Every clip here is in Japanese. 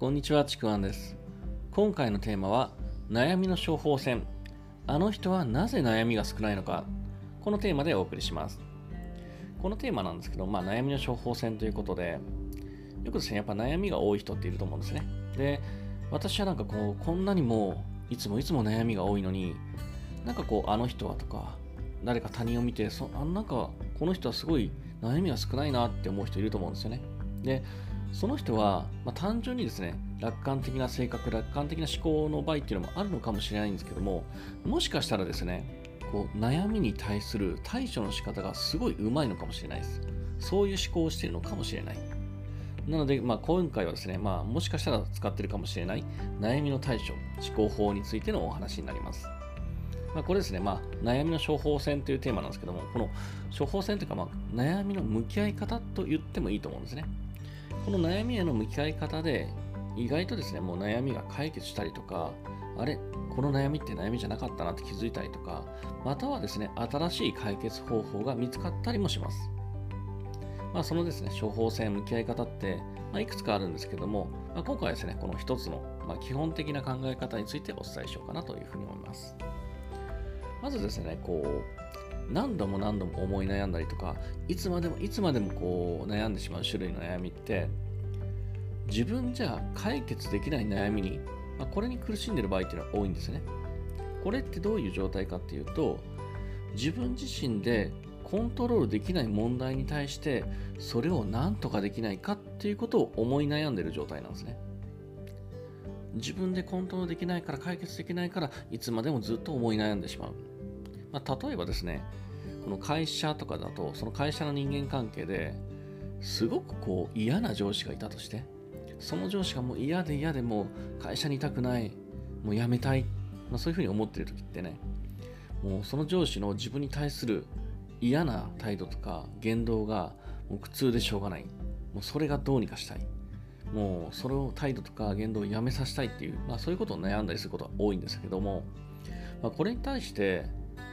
こんにちは、ちくわんです。今回のテーマは、悩みの処方箋。あの人はなぜ悩みが少ないのか。このテーマでお送りします。このテーマなんですけど、悩みの処方箋ということで、よくですね、やっぱ悩みが多い人っていると思うんですね。で、私はこんなにもいつも悩みが多いのに、あの人はとか、誰か他人を見て、この人はすごい悩みが少ないなって思う人いると思うんですよね。で、その人は、単純にですね、楽観的な性格、楽観的な思考の場合っていうのもあるのかもしれないんですけども、もしかしたらですね、悩みに対する対処の仕方がすごい上手いのかもしれないです。そういう思考をしているのかもしれない。なので、今回はですね、もしかしたら使っているかもしれない悩みの対処、思考法についてのお話になります。これですね、悩みの処方箋というテーマなんですけども、この処方箋というか、悩みの向き合い方と言ってもいいと思うんですね。この悩みへの向き合い方で、意外とですね、もう悩みが解決したりとか、あれ、この悩みって悩みじゃなかったなって気づいたりとか、またはですね、新しい解決方法が見つかったりもします。そのですね、処方箋、向き合い方って、いくつかあるんですけども、今回はですね、この一つの、基本的な考え方についてお伝えしようかなというふうに思います。まずですね、何度も思い悩んだりとか、いつまでも悩んでしまう種類の悩みって、自分じゃ解決できない悩みに、これに苦しんでいる場合っていうのは多いんですね。これってどういう状態かっていうと、自分自身でコントロールできない問題に対して、それを何とかできないかっていうことを思い悩んでいる状態なんですね。自分でコントロールできないから、解決できないから、いつまでもずっと思い悩んでしまう。例えばですね、この会社とかだと、その会社の人間関係ですごく嫌な上司がいたとして、その上司がもう嫌でもう会社にいたくない、もう辞めたい、そういうふうに思っている時ってね、もうその上司の自分に対する嫌な態度とか言動がもう苦痛でしょうがない。もうそれがどうにかしたい。もうそれを態度とか言動をやめさせたいっていう、そういうことを悩んだりすることは多いんですけども、これに対して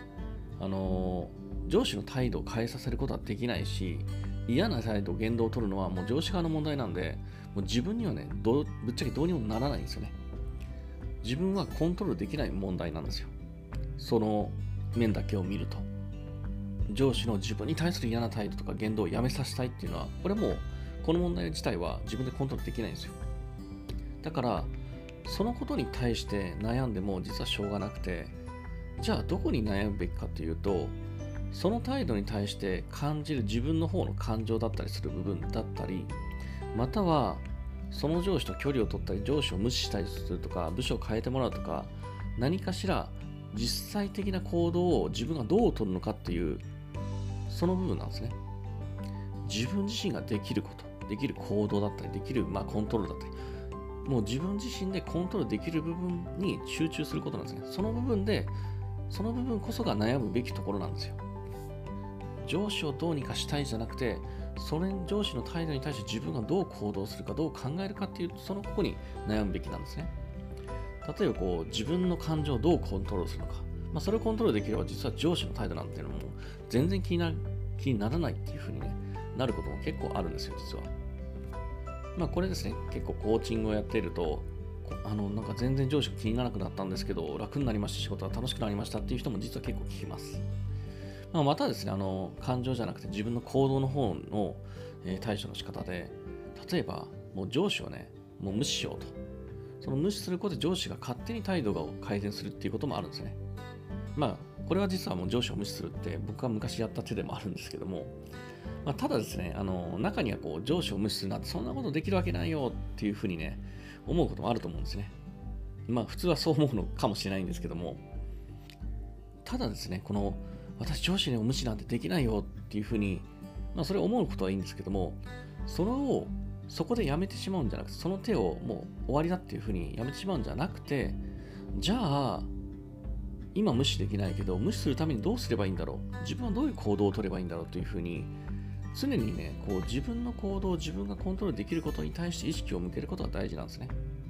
上司の態度を変えさせることはできないし、嫌な態度、言動を取るのはもう上司側の問題なんで、もう自分にはね、ぶっちゃけどうにもならないんですよね。自分はコントロールできない問題なんですよ。その面だけを見ると。上司の自分に対する嫌な態度とか言動をやめさせたいっていうのは、これもうこの問題自体は自分でコントロールできないんですよ。だから、そのことに対して悩んでも実はしょうがなくて、じゃあどこに悩むべきかというと、その態度に対して感じる自分の方の感情だったりする部分だったり、またはその上司と距離を取ったり、上司を無視したりするとか、部署を変えてもらうとか、何かしら実際的な行動を自分がどう取るのかっていう、その部分なんですね。自分自身ができること、できる行動だったり、できるコントロールだったり、もう自分自身でコントロールできる部分に集中することなんですね。その部分こそが悩むべきところなんですよ。上司をどうにかしたいじゃなくて、それ上司の態度に対して自分がどう行動するか、どう考えるかっていう、ここに悩むべきなんですね。例えば自分の感情をどうコントロールするのか。それをコントロールできれば、実は上司の態度なんていうのも全然気にならないっていう風になることも結構あるんですよ、実は。これですね、結構コーチングをやっていると、全然上司が気にならなくなったんですけど、楽になりました、仕事が楽しくなりましたっていう人も実は結構聞きます。またですね、感情じゃなくて自分の行動の方の、対処の仕方で、例えばもう上司をね、もう無視しようと。その無視することで上司が勝手に態度が改善するっていうこともあるんですね。これは実はもう上司を無視するって僕が昔やった手でもあるんですけども、ただですね、中には上司を無視するなんてそんなことできるわけないよっていうふうにね、思うこともあると思うんですね。普通はそう思うのかもしれないんですけども、ただですね、私上司を無視なんてできないよっていうふうに、それを思うことはいいんですけども、そこでやめてしまうんじゃなくて、その手をもう終わりだっていうふうにやめてしまうんじゃなくて、じゃあ、今無視できないけど、無視するためにどうすればいいんだろう、自分はどういう行動を取ればいいんだろうというふうに、常にね、自分の行動を自分がコントロールできることに対して意識を向けることが大事なんですね。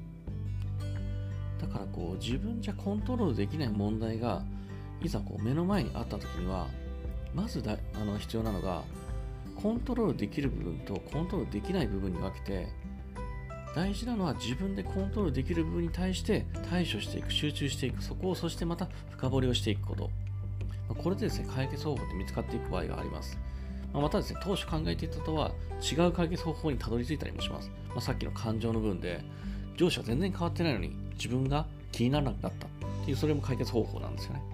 だから自分じゃコントロールできない問題がいざ目の前にあった時には、まず必要なのが、コントロールできる部分とコントロールできない部分に分けて、 大事なのは自分でコントロールできる部分に対して対処していく、集中していく、そこをそしてまた深掘りをしていくこと。これでですね、解決方法って見つかっていく場合があります。またですね、当初考えていたとは違う解決方法にたどり着いたりもします。さっきの感情の部分で、上司は全然変わってないのに自分が気にならなくなったっていう、それも解決方法なんですよね。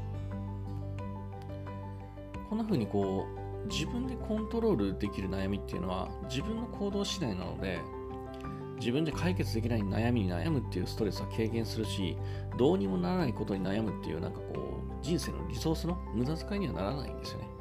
こんな風に自分でコントロールできる悩みっていうのは自分の行動次第なので、自分で解決できない悩みに悩むっていうストレスは軽減するし、どうにもならないことに悩むっていう人生のリソースの無駄遣いにはならないんですよね。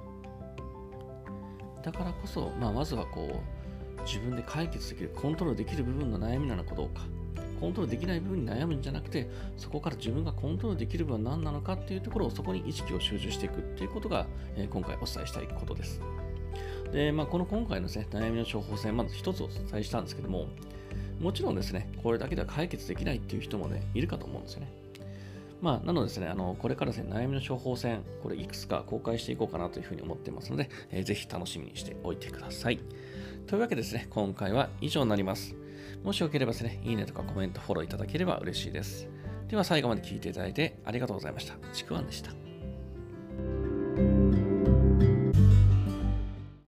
だからこそ、まずは自分で解決できる、コントロールできる部分の悩みなのかどうか、コントロールできない部分に悩むんじゃなくて、そこから自分がコントロールできる部分は何なのかっていうところを、そこに意識を集中していくっていうことが、今回お伝えしたいことです。で、この今回のですね、悩みの処方箋、まず一つお伝えしたんですけども、もちろんですね、これだけでは解決できないっていう人もね、いるかと思うんですよね。なのでですね、これからですね、悩みの処方箋、これいくつか公開していこうかなというふうに思っていますので、ぜひ楽しみにしておいてください。というわけでですね、今回は以上になります。もしよければですね、いいねとかコメント、フォローいただければ嬉しいです。では最後まで聞いていただいてありがとうございました。ちくわんでした。